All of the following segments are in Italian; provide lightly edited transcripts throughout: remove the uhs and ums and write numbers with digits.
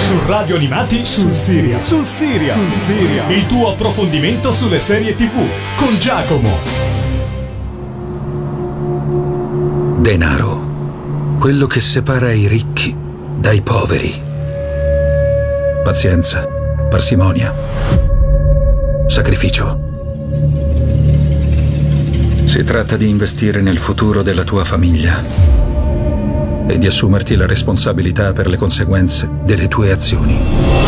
Su Radio Animati sul Serial. Il tuo approfondimento sulle serie TV con Giacomo. Denaro, quello che separa i ricchi dai poveri. Pazienza, parsimonia, sacrificio. Si tratta di investire nel futuro della tua famiglia e di assumerti la responsabilità per le conseguenze delle tue azioni.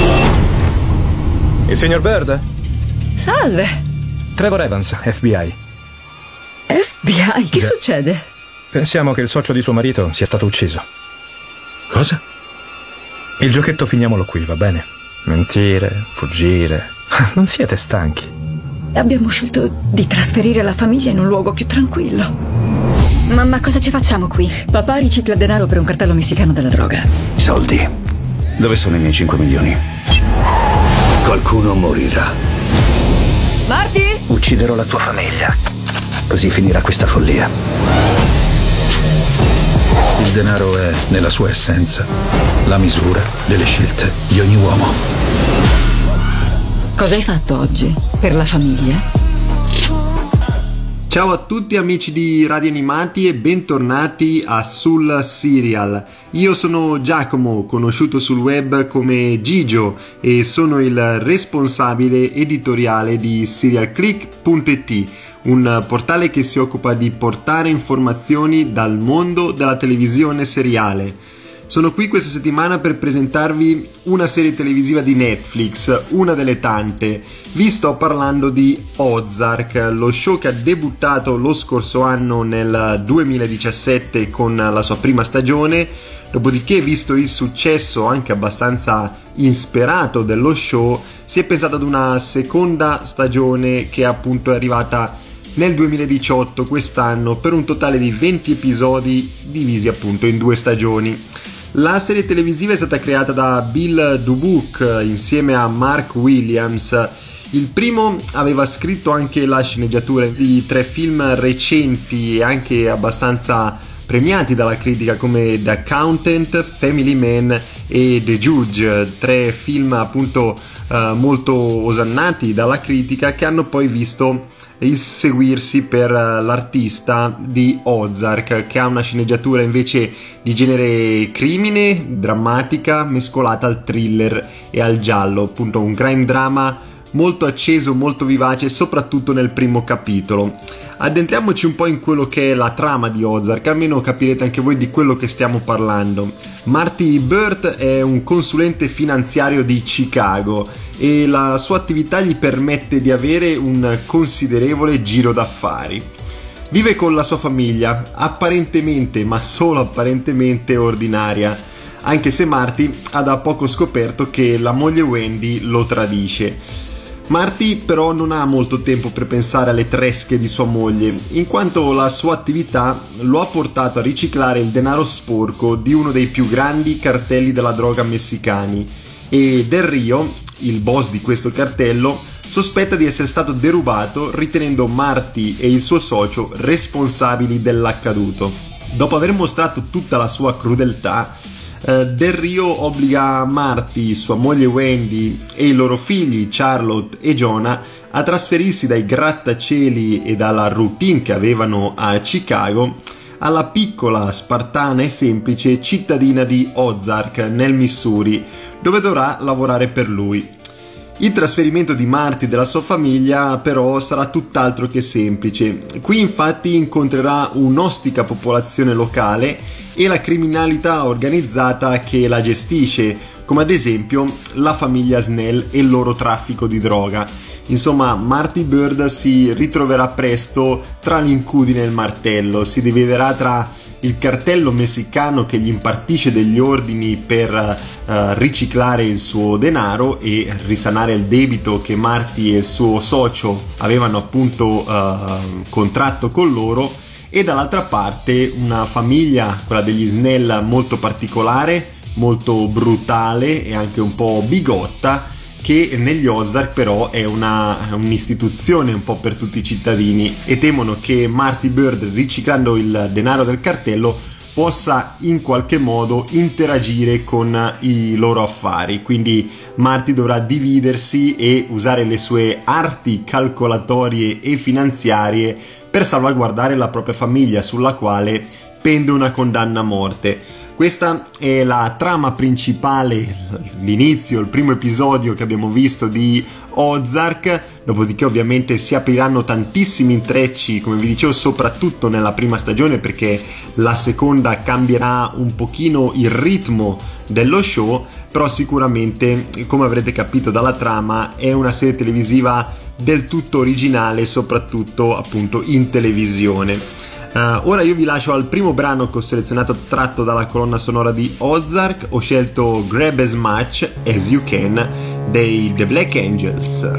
Il signor Bird? Salve. Trevor Evans, FBI. FBI? Che succede? Pensiamo che il socio di suo marito sia stato ucciso. Cosa? Il giochetto finiamolo qui, va bene? Mentire, fuggire. Non siete stanchi? Abbiamo scelto di trasferire la famiglia in un luogo più tranquillo. Mamma, cosa ci facciamo qui? Papà ricicla denaro per un cartello messicano della droga. I soldi. Dove sono i miei 5 milioni? Qualcuno morirà. Marty? Ucciderò la tua famiglia. Così finirà questa follia. Il denaro è, nella sua essenza, la misura delle scelte di ogni uomo. Cosa hai fatto oggi per la famiglia? Ciao a tutti amici di Radio Animati e bentornati a Sul Serial. Io sono Giacomo, conosciuto sul web come Gigio, e sono il responsabile editoriale di SerialClick.it, un portale che si occupa di portare informazioni dal mondo della televisione seriale. Sono qui questa settimana per presentarvi una serie televisiva di Netflix, una delle tante. Vi sto parlando di Ozark, lo show che ha debuttato lo scorso anno nel 2017 con la sua prima stagione. Dopodiché, visto il successo anche abbastanza insperato dello show, si è pensato ad una seconda stagione che appunto è arrivata nel 2018, quest'anno, per un totale di 20 episodi divisi appunto in 2 stagioni. La serie televisiva è stata creata da Bill Dubuque insieme a Mark Williams. Il primo aveva scritto anche la sceneggiatura di 3 film recenti e anche abbastanza premiati dalla critica, come The Accountant, Family Man e The Judge, 3 film appunto molto osannati dalla critica, che hanno poi visto il seguirsi per l'artista di Ozark, che ha una sceneggiatura invece di genere crimine, drammatica, mescolata al thriller e al giallo, appunto un crime drama molto acceso, molto vivace, soprattutto nel primo capitolo. Addentriamoci un po' in quello che è la trama di Ozark, almeno capirete anche voi di quello che stiamo parlando. Marty Burt è un consulente finanziario di Chicago e la sua attività gli permette di avere un considerevole giro d'affari. Vive con la sua famiglia, apparentemente, ma solo apparentemente, ordinaria, anche se Marty ha da poco scoperto che la moglie Wendy lo tradisce. Marty però non ha molto tempo per pensare alle tresche di sua moglie, in quanto la sua attività lo ha portato a riciclare il denaro sporco di uno dei più grandi cartelli della droga messicani, e Del Rio, il boss di questo cartello, sospetta di essere stato derubato, ritenendo Marty e il suo socio responsabili dell'accaduto. Dopo aver mostrato tutta la sua crudeltà, Del Rio obbliga Marty, sua moglie Wendy e i loro figli Charlotte e Jonah a trasferirsi dai grattacieli e dalla routine che avevano a Chicago alla piccola, spartana e semplice cittadina di Ozark nel Missouri, dove dovrà lavorare per lui. Il trasferimento di Marty e della sua famiglia però sarà tutt'altro che semplice. Qui infatti incontrerà un'ostica popolazione locale e la criminalità organizzata che la gestisce, come ad esempio la famiglia Snell e il loro traffico di droga. Insomma, Marty Burt si ritroverà presto tra l'incudine e il martello, si dividerà tra il cartello messicano che gli impartisce degli ordini per riciclare il suo denaro e risanare il debito che Marty e il suo socio avevano appunto contratto con loro, e dall'altra parte una famiglia, quella degli Snell, molto particolare, molto brutale e anche un po' bigotta, che negli Ozark però è un'istituzione un po' per tutti i cittadini, e temono che Marty Burt, riciclando il denaro del cartello, possa in qualche modo interagire con i loro affari. Quindi Marty dovrà dividersi e usare le sue arti calcolatorie e finanziarie per salvaguardare la propria famiglia, sulla quale pende una condanna a morte. Questa è la trama principale, l'inizio, il primo episodio che abbiamo visto di Ozark, dopodiché ovviamente si apriranno tantissimi intrecci, come vi dicevo, soprattutto nella prima stagione, perché la seconda cambierà un pochino il ritmo dello show, però sicuramente, come avrete capito dalla trama, è una serie televisiva del tutto originale, soprattutto appunto in televisione. Ora io vi lascio al primo brano che ho selezionato tratto dalla colonna sonora di Ozark. Ho scelto Grab as Much as You Can dei The Black Angels.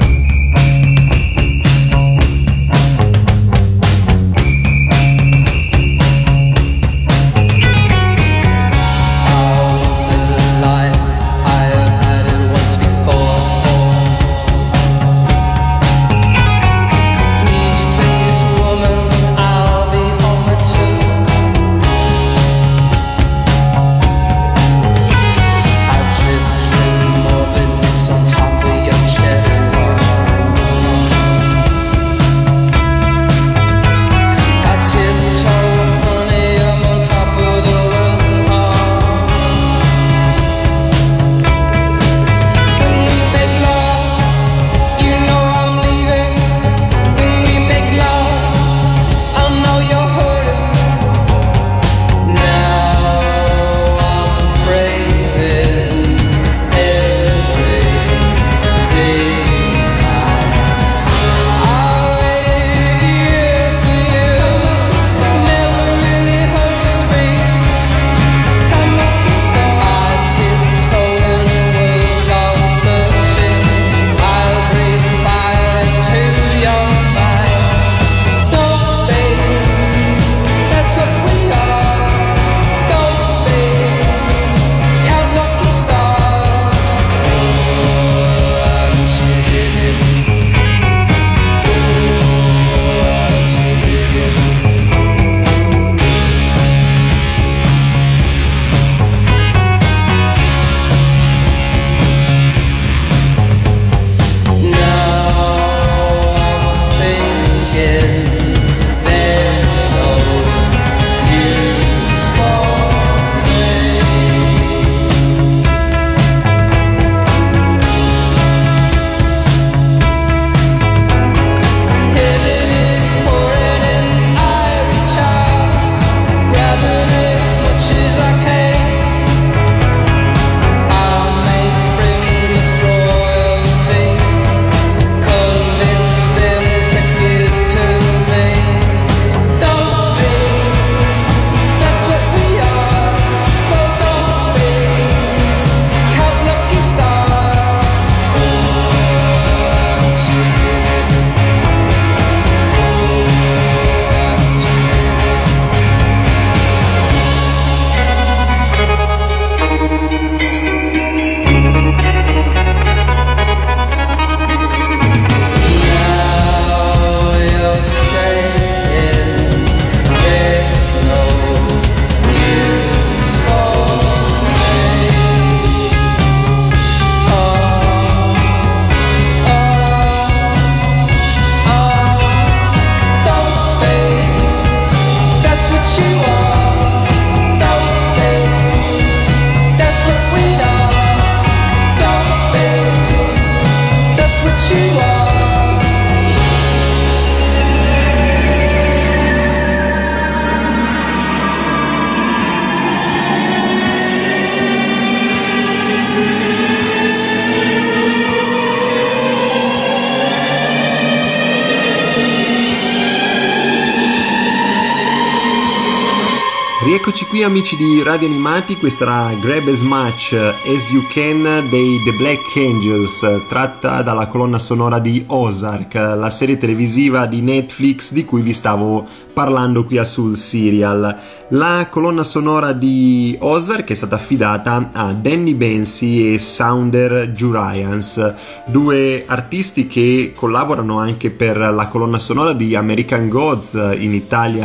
Rieccoci qui amici di Radio Animati, questa era Grab as Much as You Can dei The Black Angels, tratta dalla colonna sonora di Ozark, la serie televisiva di Netflix di cui vi stavo parlando qui a Sul Serial. La colonna sonora di Ozark è stata affidata a Danny Bensi e Sounder Jurrians, due artisti che collaborano anche per la colonna sonora di American Gods, in Italia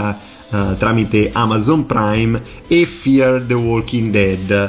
tramite Amazon Prime, e Fear the Walking Dead.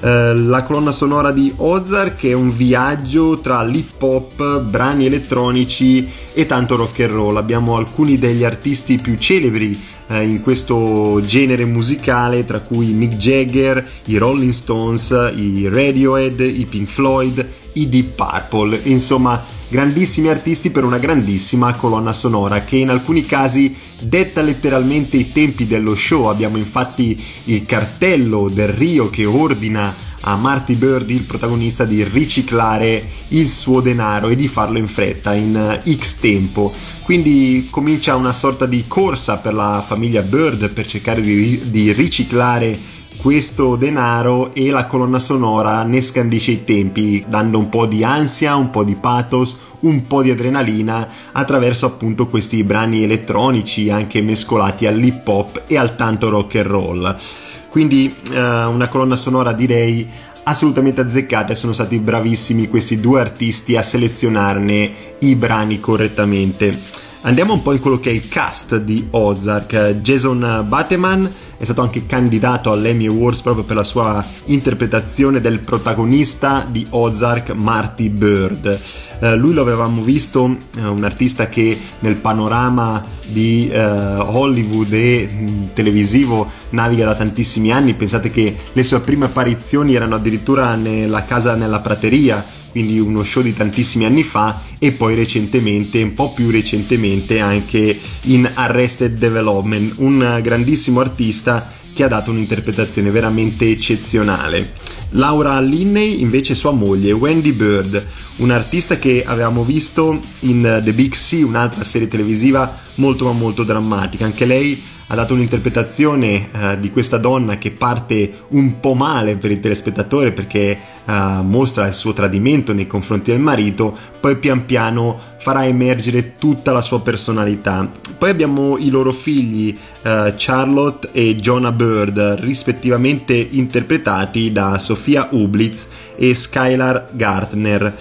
La colonna sonora di Ozark è un viaggio tra l'hip hop, brani elettronici e tanto rock and roll. Abbiamo alcuni degli artisti più celebri in questo genere musicale, tra cui Mick Jagger, i Rolling Stones, i Radiohead, i Pink Floyd, i Deep Purple, insomma grandissimi artisti per una grandissima colonna sonora che in alcuni casi detta letteralmente i tempi dello show. Abbiamo infatti il cartello del Rio che ordina a Marty Byrde, il protagonista, di riciclare il suo denaro e di farlo in fretta, in X tempo. Quindi comincia una sorta di corsa per la famiglia Byrde per cercare di riciclare questo denaro, e la colonna sonora ne scandisce i tempi, dando un po' di ansia, un po' di pathos, un po' di adrenalina attraverso appunto questi brani elettronici anche mescolati all'hip hop e al tanto rock and roll. Quindi una colonna sonora direi assolutamente azzeccata, e sono stati bravissimi questi due artisti a selezionarne i brani correttamente. Andiamo un po' in quello che è il cast di Ozark. Jason Bateman è stato anche candidato all'Emmy Awards proprio per la sua interpretazione del protagonista di Ozark, Marty Byrde. Lui lo avevamo visto, un artista che nel panorama di Hollywood e televisivo naviga da tantissimi anni. Pensate che le sue prime apparizioni erano addirittura nella Casa nella Prateria, quindi uno show di tantissimi anni fa, e poi recentemente, un po' più recentemente, anche in Arrested Development, un grandissimo artista che ha dato un'interpretazione veramente eccezionale. Laura Linney invece sua moglie, Wendy Byrde, un artista che avevamo visto in The Big C, un'altra serie televisiva molto ma molto drammatica. Anche lei ha dato un'interpretazione di questa donna che parte un po' male per il telespettatore perché mostra il suo tradimento nei confronti del marito, poi pian piano farà emergere tutta la sua personalità. Poi abbiamo i loro figli Charlotte e Jonah Byrde, rispettivamente interpretati da Sofia Hublitz e Skylar Gardner,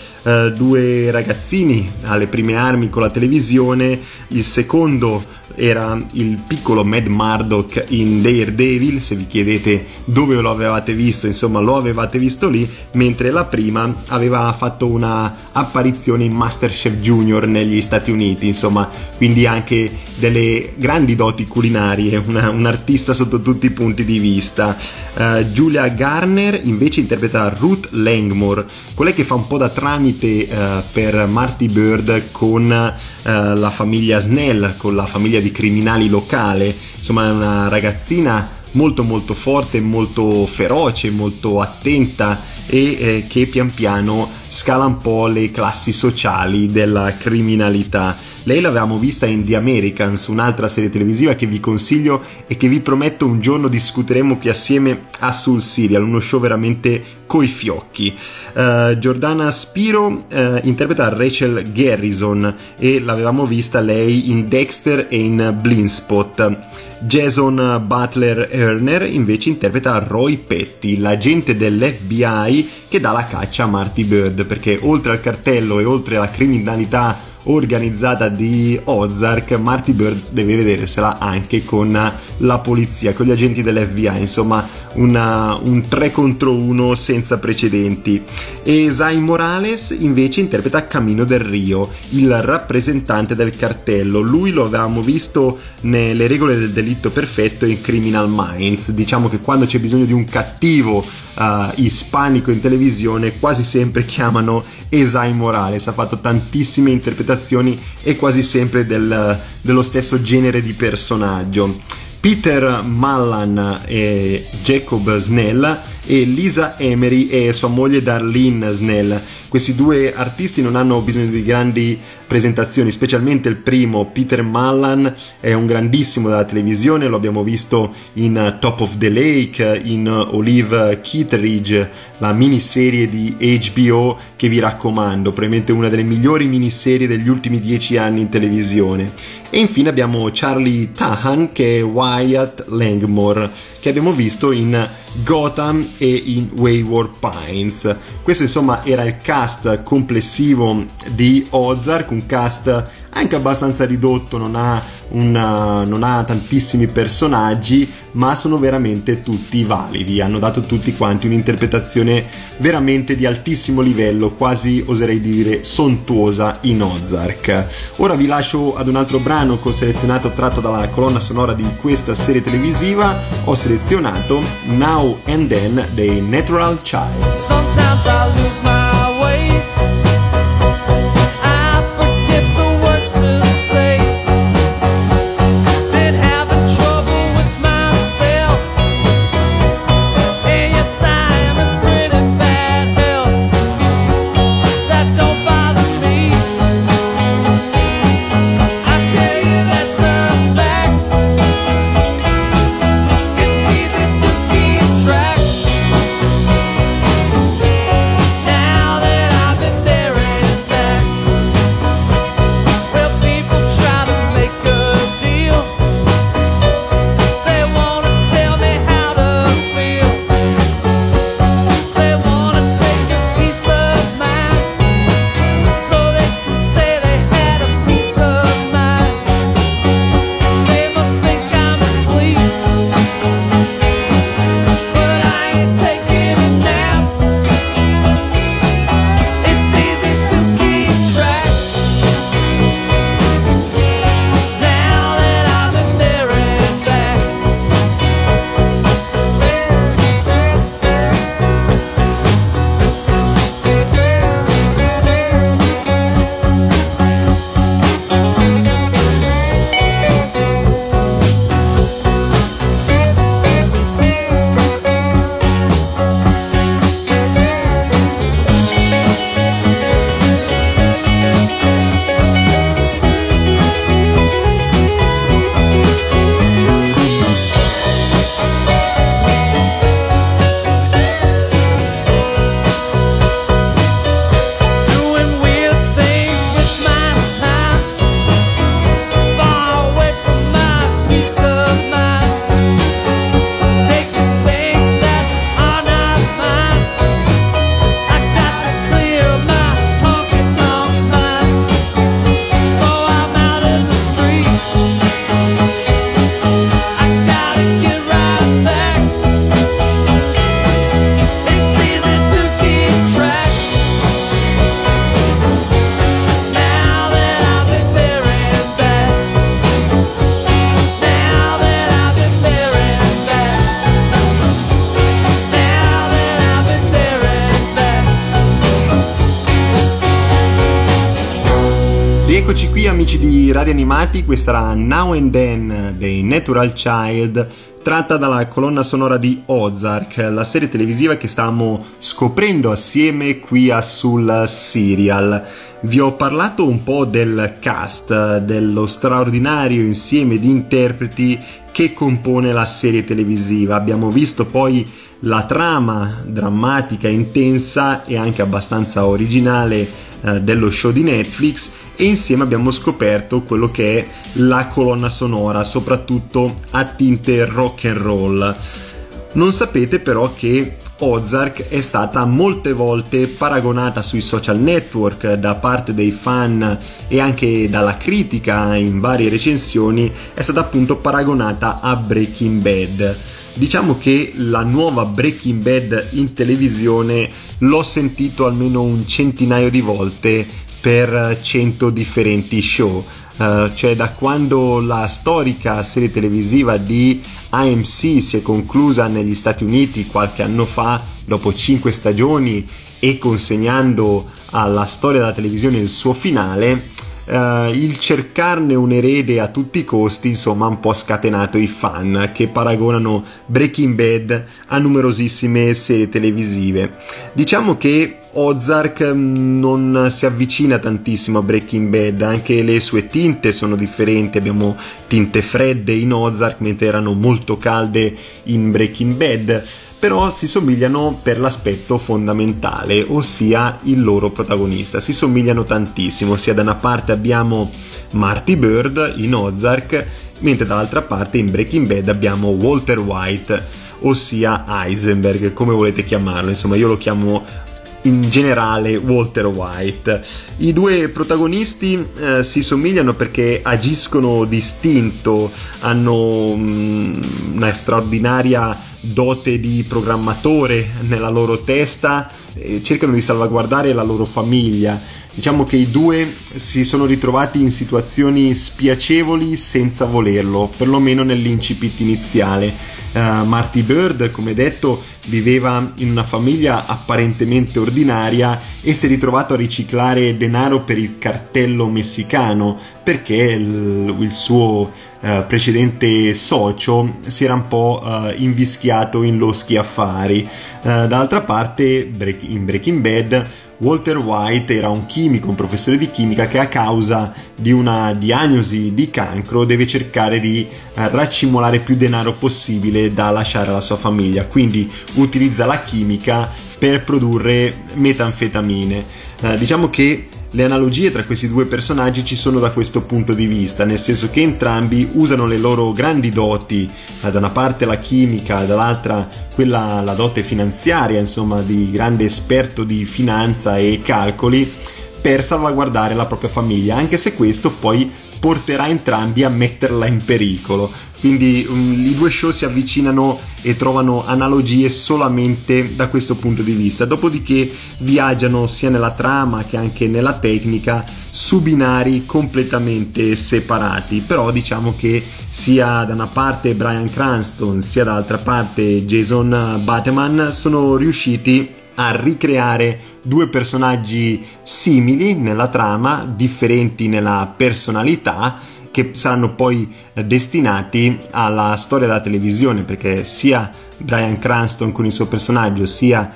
due ragazzini alle prime armi con la televisione. Il secondo era il piccolo Mad Murdock in Daredevil, se vi chiedete dove lo avevate visto, insomma lo avevate visto lì, mentre la prima aveva fatto una apparizione in MasterChef Junior negli Stati Uniti, insomma, quindi anche delle grandi doti culinarie, un artista sotto tutti i punti di vista. Julia Garner invece interpreta Ruth Langmore, quella che fa un po' da tramite per Marty Byrde con la famiglia Snell, con la famiglia di criminali locale. Insomma, è una ragazzina molto molto forte, molto feroce, molto attenta e che pian piano scala un po' le classi sociali della criminalità. Lei l'avevamo vista in The Americans, un'altra serie televisiva che vi consiglio e che vi prometto un giorno discuteremo qui assieme a Sul Serial, uno show veramente coi fiocchi. Jordana Spiro interpreta Rachel Garrison e l'avevamo vista lei in Dexter e in Blindspot. Jason Butler Erner invece interpreta Roy Petty, l'agente dell'FBI che dà la caccia a Marty Byrde, perché oltre al cartello e oltre alla criminalità organizzata di Ozark, Marty Byrde deve vedersela anche con la polizia, con gli agenti dell'FBI, insomma un 3 contro 1 senza precedenti. E Zay Morales invece interpreta Camino del Rio, il rappresentante del cartello. Lui lo avevamo visto nelle regole del delitto perfetto in Criminal Minds. Diciamo che quando c'è bisogno di un cattivo ispanico in televisione quasi sempre chiamano Zay Morales. Ha fatto tantissime interpretazioni e quasi sempre dello stesso genere di personaggio. Peter Mullan e Jacob Snell e Lisa Emery e sua moglie Darlene Snell. Questi due artisti non hanno bisogno di grandi presentazioni, specialmente il primo, Peter Mullan, è un grandissimo della televisione, lo abbiamo visto in Top of the Lake, in Olive Kitteridge, la miniserie di HBO che vi raccomando, probabilmente una delle migliori miniserie degli ultimi 10 anni in televisione. E infine abbiamo Charlie Tahan che è Wyatt Langmore, che abbiamo visto in Gotham e in Wayward Pines. Questo insomma era il cast complessivo di Ozark, un cast anche abbastanza ridotto, non ha tantissimi personaggi, ma sono veramente tutti validi, hanno dato tutti quanti un'interpretazione veramente di altissimo livello, quasi oserei dire sontuosa in Ozark. Ora vi lascio ad un altro brano che ho selezionato tratto dalla colonna sonora di questa serie televisiva. Ho selezionato Now and Then dei Natural Child. Sometimes I lose my way. I forget the words to say. Been having trouble with myself. And yes, I am in pretty bad health. That don't bother me. I tell you that's a fact. It's easy to keep track. Now that I've been there and back, well, people try to make a deal. They wanna tell me how to feel. They wanna take a piece of mind, so they can say they had a piece of mind. They must think I'm asleep, but I ain't taking a nap. It's easy to keep track. Now that I've been there and back. Doing weird things with my time, far away from my peace of mind. Taking things that are not mine. I got to clear my honky-tonk mind, so I'm out in the street. I gotta get right back. It's easy to keep track. Now that I've been there and back. Now that I've been there and back. Now that I've been there and back. Rieccoci qui amici di Radio Animati, questa era Now and Then dei Natural Child, tratta dalla colonna sonora di Ozark, la serie televisiva che stavamo scoprendo assieme qui a Sul Serial. Vi ho parlato un po' del cast, dello straordinario insieme di interpreti che compone la serie televisiva. Abbiamo visto poi la trama drammatica, intensa e anche abbastanza originale dello show di Netflix, e insieme abbiamo scoperto quello che è la colonna sonora, soprattutto a tinte rock and roll. Non sapete però che Ozark è stata molte volte paragonata sui social network da parte dei fan e anche dalla critica in varie recensioni, è stata appunto paragonata a Breaking Bad. Diciamo che la nuova Breaking Bad in televisione l'ho sentito almeno un centinaio di volte per 100 differenti show. Cioè da quando la storica serie televisiva di AMC si è conclusa negli Stati Uniti qualche anno fa, dopo 5 stagioni e consegnando alla storia della televisione il suo finale, il cercarne un erede a tutti i costi, insomma, ha un po' scatenato i fan che paragonano Breaking Bad a numerosissime serie televisive. Diciamo che Ozark non si avvicina tantissimo a Breaking Bad, anche le sue tinte sono differenti, abbiamo tinte fredde in Ozark mentre erano molto calde in Breaking Bad, però si somigliano per l'aspetto fondamentale, ossia il loro protagonista. Si somigliano tantissimo, sia da una parte abbiamo Marty Bird in Ozark, mentre dall'altra parte in Breaking Bad abbiamo Walter White, ossia Heisenberg, come volete chiamarlo, insomma io lo chiamo in generale Walter White. I due protagonisti si somigliano perché agiscono distinto, hanno una straordinaria dote di programmatore nella loro testa, cercano di salvaguardare la loro famiglia. Diciamo che i due si sono ritrovati in situazioni spiacevoli senza volerlo, perlomeno nell'incipit iniziale. Marty Bird, come detto, viveva in una famiglia apparentemente ordinaria e si è ritrovato a riciclare denaro per il cartello messicano perché il suo precedente socio si era un po' invischiato in loschi affari. Dall'altra parte, in Breaking Bad, Walter White era un chimico, un professore di chimica che a causa di una diagnosi di cancro deve cercare di raccimolare più denaro possibile da lasciare alla sua famiglia, quindi utilizza la chimica per produrre metanfetamine. Diciamo che le analogie tra questi due personaggi ci sono da questo punto di vista, nel senso che entrambi usano le loro grandi doti, da una parte la chimica, dall'altra la dote finanziaria, insomma, di grande esperto di finanza e calcoli, per salvaguardare la propria famiglia, anche se questo poi porterà entrambi a metterla in pericolo. Quindi i due show si avvicinano e trovano analogie solamente da questo punto di vista, dopodiché viaggiano sia nella trama che anche nella tecnica su binari completamente separati. Però diciamo che sia da una parte Bryan Cranston sia dall'altra parte Jason Bateman sono riusciti a ricreare due personaggi simili nella trama, differenti nella personalità, che saranno poi destinati alla storia della televisione, perché sia Bryan Cranston con il suo personaggio sia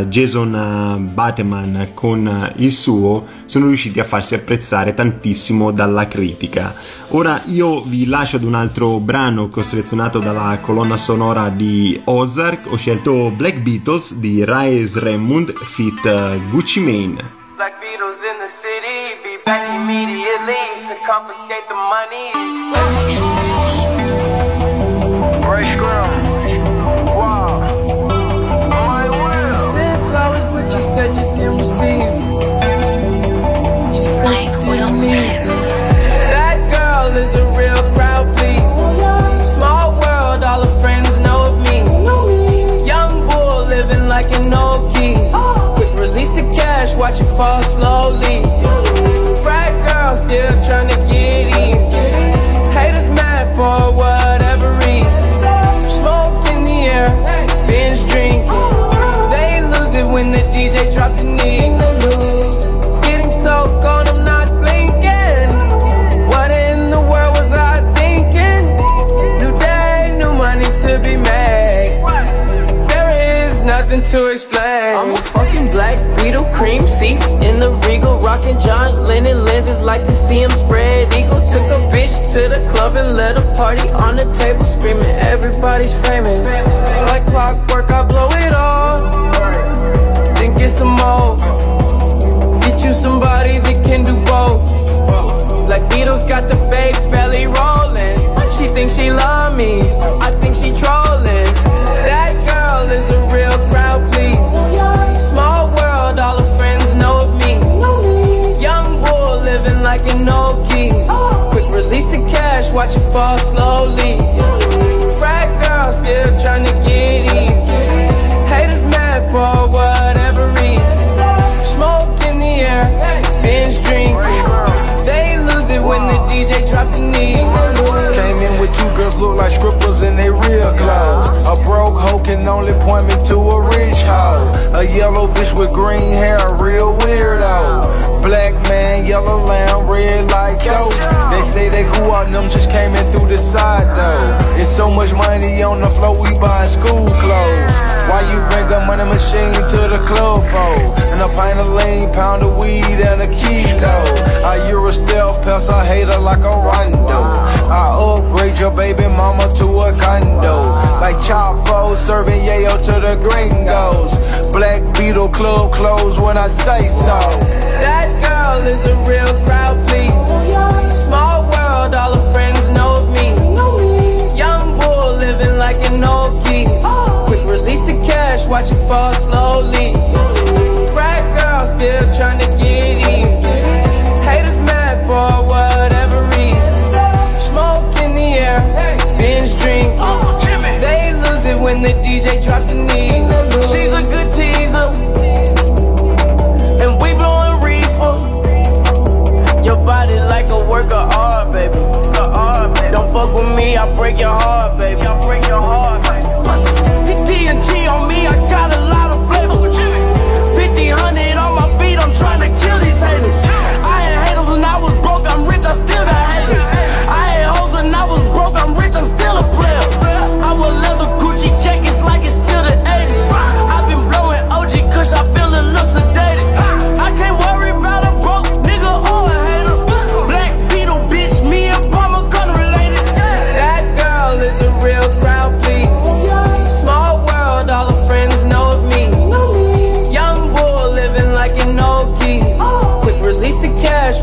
Jason Bateman con il suo sono riusciti a farsi apprezzare tantissimo dalla critica. Ora io vi lascio ad un altro brano che ho selezionato dalla colonna sonora di Ozark. Ho scelto Black Beatles di Rise Raymond feat. Gucci Mane. Black Beatles in the city, be back immediately to confiscate the monies. Ray Scrum, wow, my will. You sent flowers, but you said you didn't receive. But you said you didn't need them. That girl is a real crowd, please. Small world, all her friends know of me. Young bull living like an old geese. Release the cash, watch it fall slowly. Frat girl still tryna get in. Haters mad for whatever reason. Smoke in the air, binge drinking. They lose it when the DJ drops the knee. Getting so gone, I'm not blinking. What in the world was I thinking? New day, new money to be made. There is nothing to explain. I'm a fucking black Beetle, cream seats in the Regal, rocking John Lennon lenses, like to see him spread eagle. Took a bitch to the club and let a party on the table, screaming everybody's famous. Like clockwork, I blow it all, then get some more. Get you somebody that can do both. Black Beatles got the babes belly rolling. She thinks she love me, I think she trolling. That girl is a real crowd, please. Small world, all her friends know of me. Young bull living like an old geese. Quick release the cash, watch it fall slowly. Frat girl still tryna get in. Haters mad for whatever reason. Smoke in the air, binge drinking. They lose it when the DJ drops the knee. Came in with two girls look like strippers in their real clothes. A broke hoe can only point me to a rich hoe. A yellow bitch with green hair, a real weirdo. Black man, yellow lamb, red like dope. They say they cool out, them just came in through the side though. It's so much money on the floor, we buying school clothes. Why you bring a money machine to the club for? And a pint of lean, pound of weed and a kilo. I Euro stealth, pass a hater like a rondo. I upgrade your baby mama to a condo. Like Chapo serving yayo to the gringos. Black Beetle club closed when I say so. That girl is a real crowd, please. Small world, all her friends know of me. Young bull living like an old geese. Quick release the cash, watch it fall slowly. Frat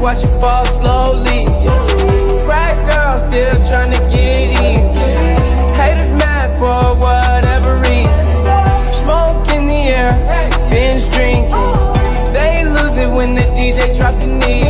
watch it fall slowly. Frat girl still trying to get in. Haters mad for whatever reason. Smoke in the air, binge drinking. They lose it when the DJ drops the knee.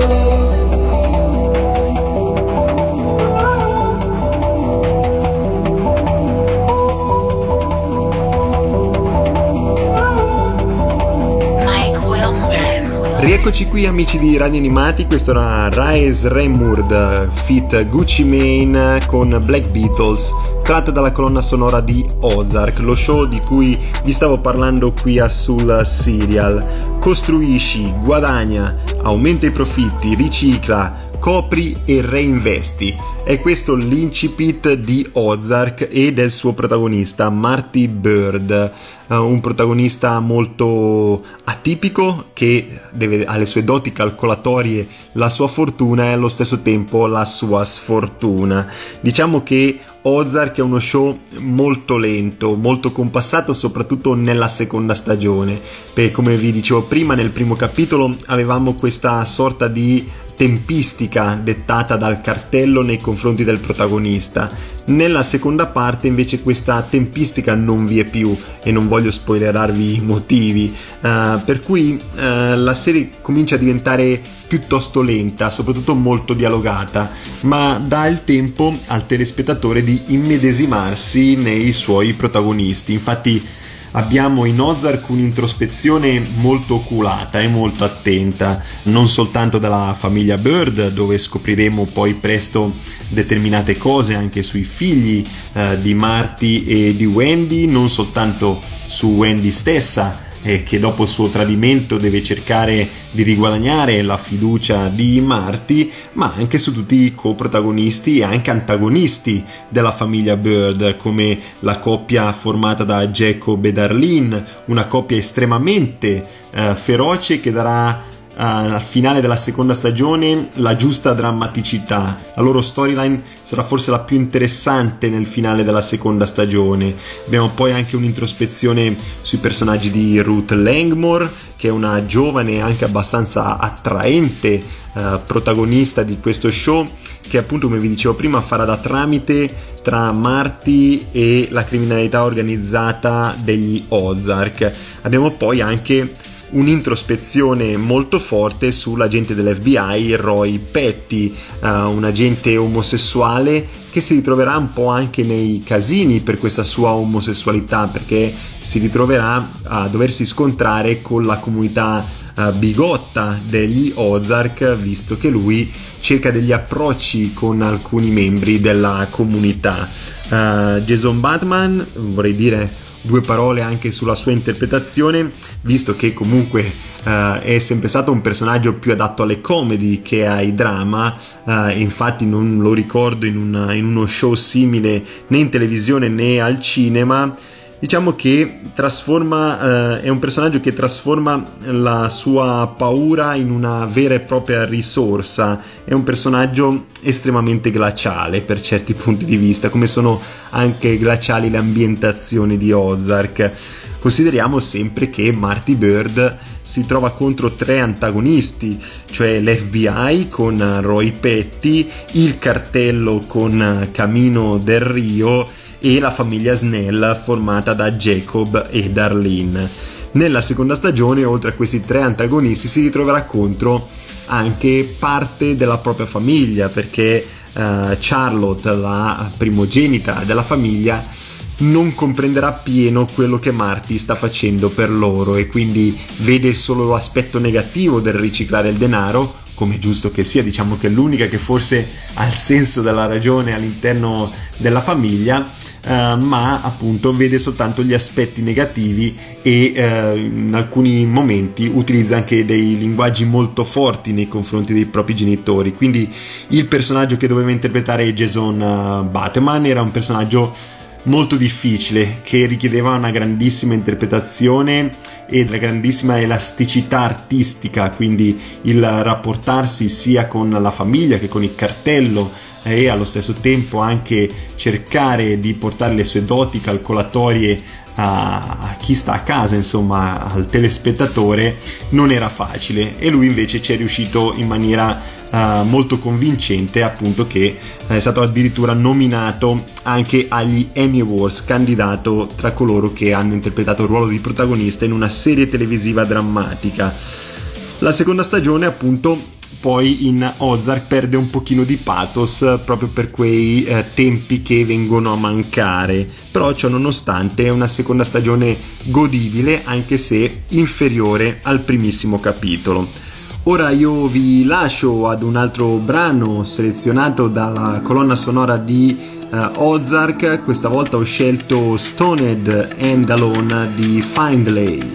Rieccoci qui amici di Radio Animati, questo era Rise Remurd feat Gucci Mane con Black Beatles, tratta dalla colonna sonora di Ozark, lo show di cui vi stavo parlando qui a Sul Serial. Costruisci, guadagna, aumenta i profitti, ricicla, copri e reinvesti. È questo l'incipit di Ozark e del suo protagonista Marty Byrde, un protagonista molto atipico che deve alle sue doti calcolatorie la sua fortuna e allo stesso tempo la sua sfortuna. Diciamo che Ozark è uno show molto lento, molto compassato, soprattutto nella seconda stagione, perché come vi dicevo prima, nel primo capitolo avevamo questa sorta di tempistica dettata dal cartello nei confronti del protagonista. Nella seconda parte invece questa tempistica non vi è più e non voglio spoilerarvi i motivi, per cui la serie comincia a diventare piuttosto lenta, soprattutto molto dialogata, ma dà il tempo al telespettatore di immedesimarsi nei suoi protagonisti. Infatti abbiamo in Ozark un'introspezione molto oculata e molto attenta, non soltanto dalla famiglia Byrde, dove scopriremo poi presto determinate cose anche sui figli di Marty e di Wendy, non soltanto su Wendy stessa, che dopo il suo tradimento deve cercare di riguadagnare la fiducia di Marty, ma anche su tutti i coprotagonisti e anche antagonisti della famiglia Byrde, come la coppia formata da Jacob e Darlene, una coppia estremamente feroce che darà al finale della seconda stagione la giusta drammaticità. La loro storyline sarà forse la più interessante nel finale della seconda stagione. Abbiamo poi anche un'introspezione sui personaggi di Ruth Langmore, che è una giovane e anche abbastanza attraente protagonista di questo show, che appunto, come vi dicevo prima, farà da tramite tra Marty e la criminalità organizzata degli Ozark. Abbiamo poi anche un'introspezione molto forte sull'agente dell'FBI Roy Petty, un agente omosessuale che si ritroverà un po' anche nei casini per questa sua omosessualità, perché si ritroverà a doversi scontrare con la comunità bigotta degli Ozark, visto che lui cerca degli approcci con alcuni membri della comunità. Jason Bateman, vorrei dire due parole anche sulla sua interpretazione, visto che comunque è sempre stato un personaggio più adatto alle comedy che ai drama, infatti non lo ricordo in uno show simile né in televisione né al cinema. Diciamo che è un personaggio che trasforma la sua paura in una vera e propria risorsa. È un personaggio estremamente glaciale per certi punti di vista, come sono anche glaciali le ambientazioni di Ozark. Consideriamo sempre che Marty Byrde si trova contro tre antagonisti, cioè l'FBI con Roy Petty, il cartello con Camino del Rio e la famiglia Snell formata da Jacob e Darlene. Nella seconda stagione, oltre a questi tre antagonisti, si ritroverà contro anche parte della propria famiglia, perché Charlotte, la primogenita della famiglia, non comprenderà appieno quello che Marty sta facendo per loro e quindi vede solo l'aspetto negativo del riciclare il denaro, come giusto che sia. Diciamo che è l'unica che forse ha il senso della ragione all'interno della famiglia, ma appunto vede soltanto gli aspetti negativi e in alcuni momenti utilizza anche dei linguaggi molto forti nei confronti dei propri genitori. Quindi il personaggio che doveva interpretare Jason Bateman era un personaggio molto difficile, che richiedeva una grandissima interpretazione e una grandissima elasticità artistica, quindi il rapportarsi sia con la famiglia che con il cartello e allo stesso tempo anche cercare di portare le sue doti calcolatorie a chi sta a casa, insomma al telespettatore, non era facile, e lui invece ci è riuscito in maniera molto convincente, appunto che è stato addirittura nominato anche agli Emmy Awards, candidato tra coloro che hanno interpretato il ruolo di protagonista in una serie televisiva drammatica. La seconda stagione, appunto, poi in Ozark perde un pochino di pathos proprio per quei tempi che vengono a mancare, però ciò nonostante è una seconda stagione godibile, anche se inferiore al primissimo capitolo. Ora io vi lascio ad un altro brano selezionato dalla colonna sonora di Ozark. Questa volta ho scelto Stoned and Alone di Findlay.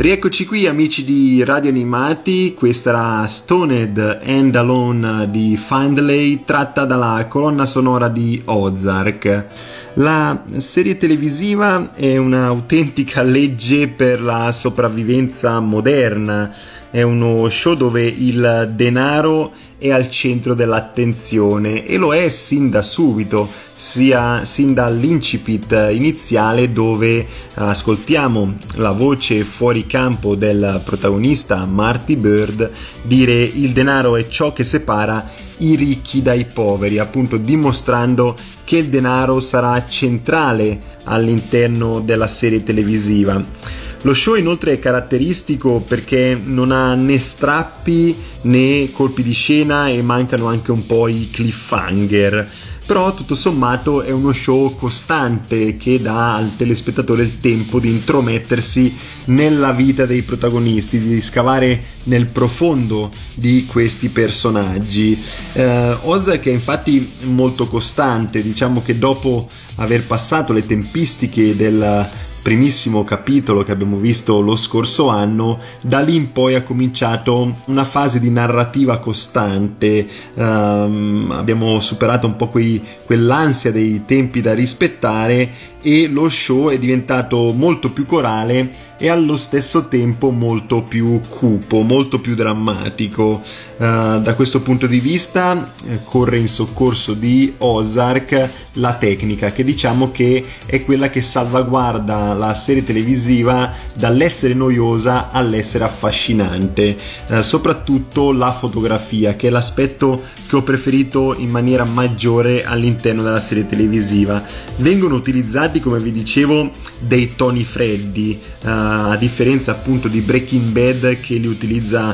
Rieccoci qui amici di Radio Animati, questa era Stoned and Alone di Findlay, tratta dalla colonna sonora di Ozark. La serie televisiva è un'autentica legge per la sopravvivenza moderna, è uno show dove il denaro è al centro dell'attenzione e lo è sin da subito, sia sin dall'incipit iniziale dove ascoltiamo la voce fuori campo del protagonista Marty Bird dire il denaro è ciò che separa i ricchi dai poveri, appunto dimostrando che il denaro sarà centrale all'interno della serie televisiva. Lo show inoltre è caratteristico perché non ha né strappi né colpi di scena e mancano anche un po' i cliffhanger. Però tutto sommato è uno show costante che dà al telespettatore il tempo di intromettersi nella vita dei protagonisti, di scavare nel profondo di questi personaggi. Ozark è infatti molto costante, diciamo che dopo aver passato le tempistiche del primissimo capitolo che abbiamo visto lo scorso anno, da lì in poi ha cominciato una fase di narrativa costante. Abbiamo superato un po' quell'ansia dei tempi da rispettare e lo show è diventato molto più corale e allo stesso tempo molto più cupo, molto più drammatico. Da questo punto di vista corre in soccorso di Ozark la tecnica, che diciamo che è quella che salvaguarda la serie televisiva dall'essere noiosa all'essere affascinante, soprattutto la fotografia, che è l'aspetto che ho preferito in maniera maggiore all'interno della serie televisiva. Vengono utilizzati, come vi dicevo, dei toni freddi, a differenza appunto di Breaking Bad che li utilizza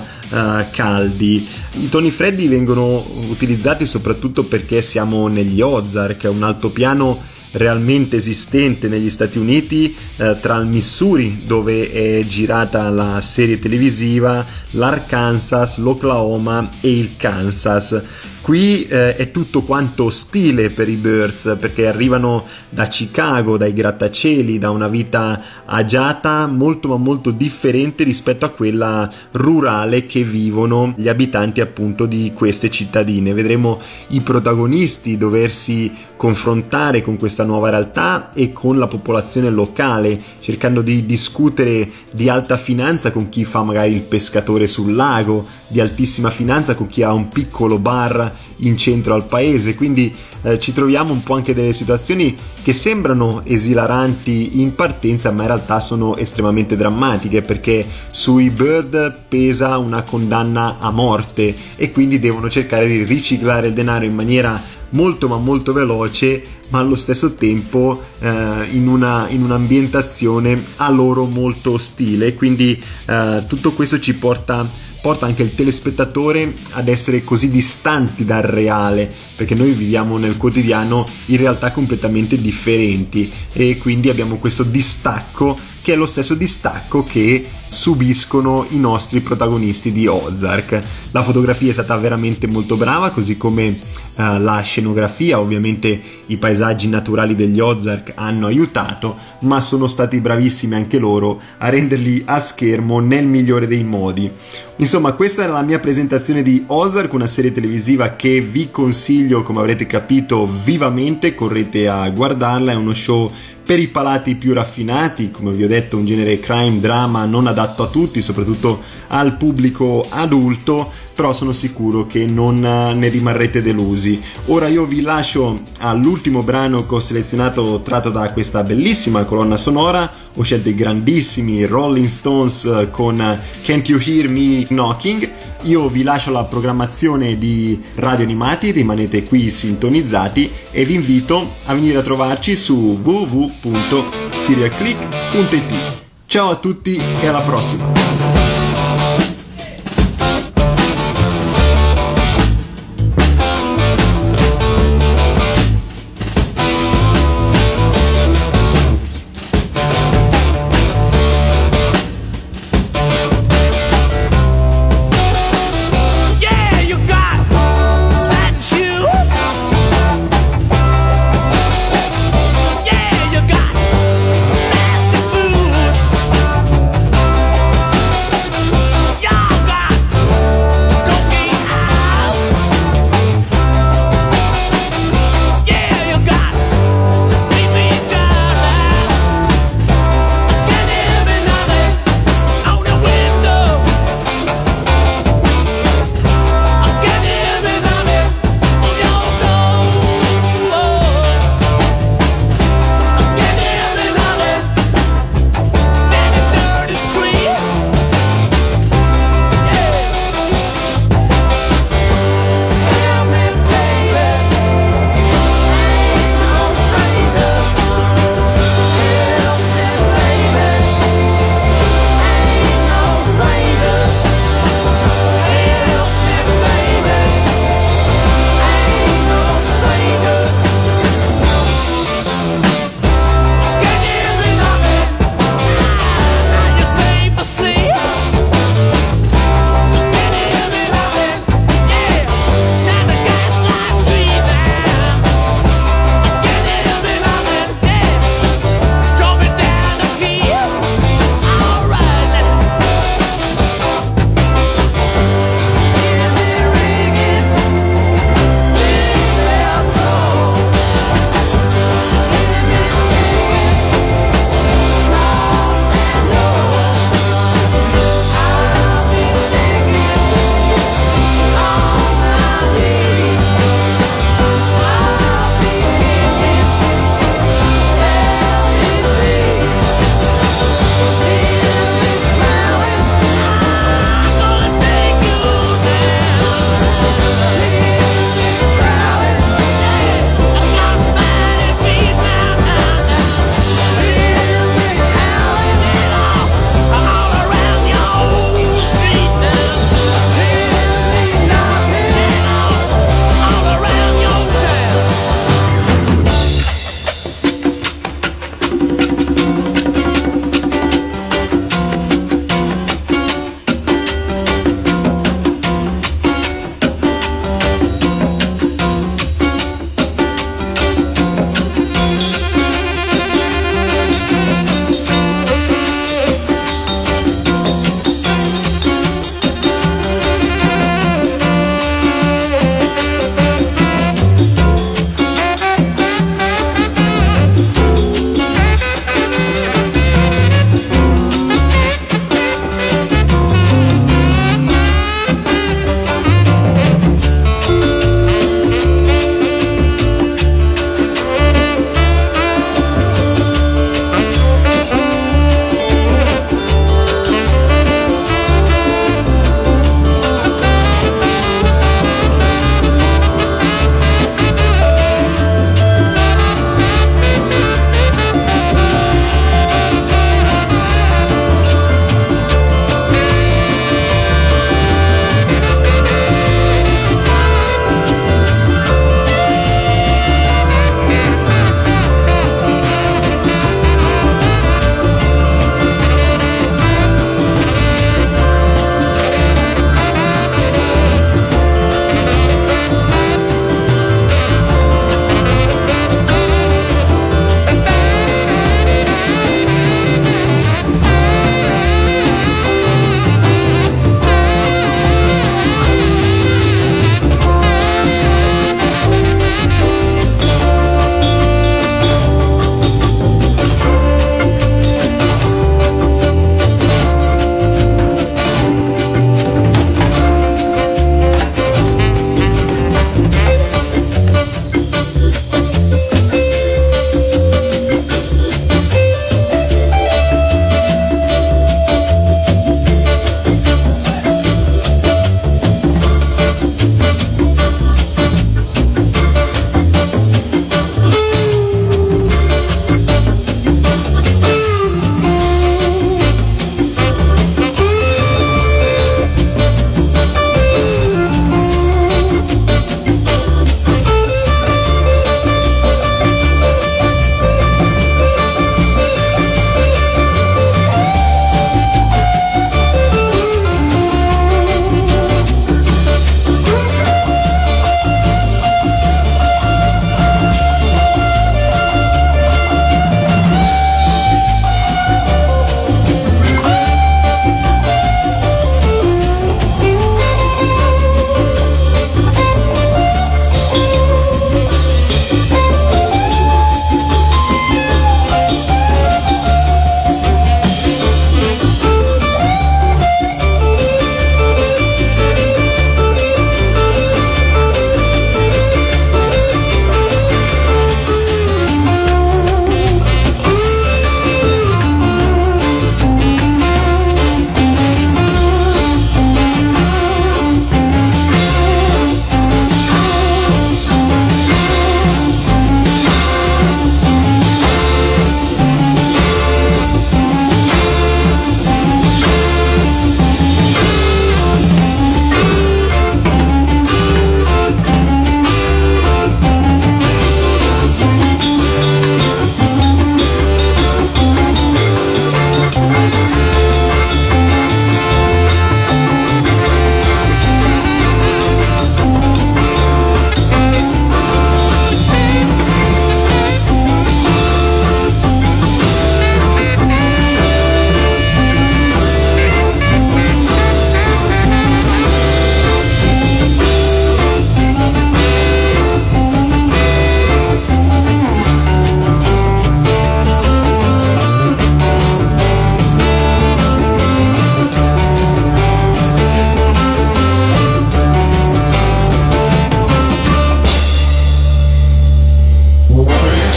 caldi. I toni freddi vengono utilizzati soprattutto perché siamo negli Ozark, un altopiano realmente esistente negli Stati Uniti, tra il Missouri, dove è girata la serie televisiva, l'Arkansas, l'Oklahoma e il Kansas. Qui è tutto quanto ostile per i Birds, perché arrivano da Chicago, dai grattacieli, da una vita agiata molto ma molto differente rispetto a quella rurale che vivono gli abitanti appunto di queste cittadine. Vedremo i protagonisti doversi confrontare con questa nuova realtà e con la popolazione locale, cercando di discutere di alta finanza con chi fa magari il pescatore sul lago, di altissima finanza con chi ha un piccolo bar in centro al paese. Quindi ci troviamo un po' anche delle situazioni che sembrano esilaranti in partenza, ma in realtà sono estremamente drammatiche, perché sui Bird pesa una condanna a morte e quindi devono cercare di riciclare il denaro in maniera molto ma molto veloce, ma allo stesso tempo in un'ambientazione a loro molto ostile. Quindi tutto questo ci porta anche il telespettatore ad essere così distanti dal reale, perché noi viviamo nel quotidiano in realtà completamente differenti e quindi abbiamo questo distacco che è lo stesso distacco che subiscono i nostri protagonisti di Ozark. La fotografia è stata veramente molto brava, così come la scenografia. Ovviamente i paesaggi naturali degli Ozark hanno aiutato, ma sono stati bravissimi anche loro a renderli a schermo nel migliore dei modi. Insomma, questa era la mia presentazione di Ozark, una serie televisiva che vi consiglio, come avrete capito, vivamente. Correte a guardarla, è uno show per i palati più raffinati, come vi ho detto, un genere crime drama non adatto a tutti, soprattutto al pubblico adulto, però sono sicuro che non ne rimarrete delusi. Ora io vi lascio all'ultimo brano che ho selezionato tratto da questa bellissima colonna sonora. Ho scelto i grandissimi Rolling Stones con Can't You Hear Me Knocking. Io vi lascio la programmazione di Radio Animati, rimanete qui sintonizzati e vi invito a venire a trovarci su www.serialclick.it. Ciao a tutti e alla prossima!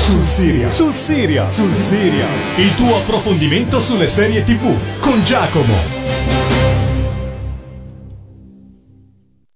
sul Serial. Il tuo approfondimento sulle serie TV con Giacomo.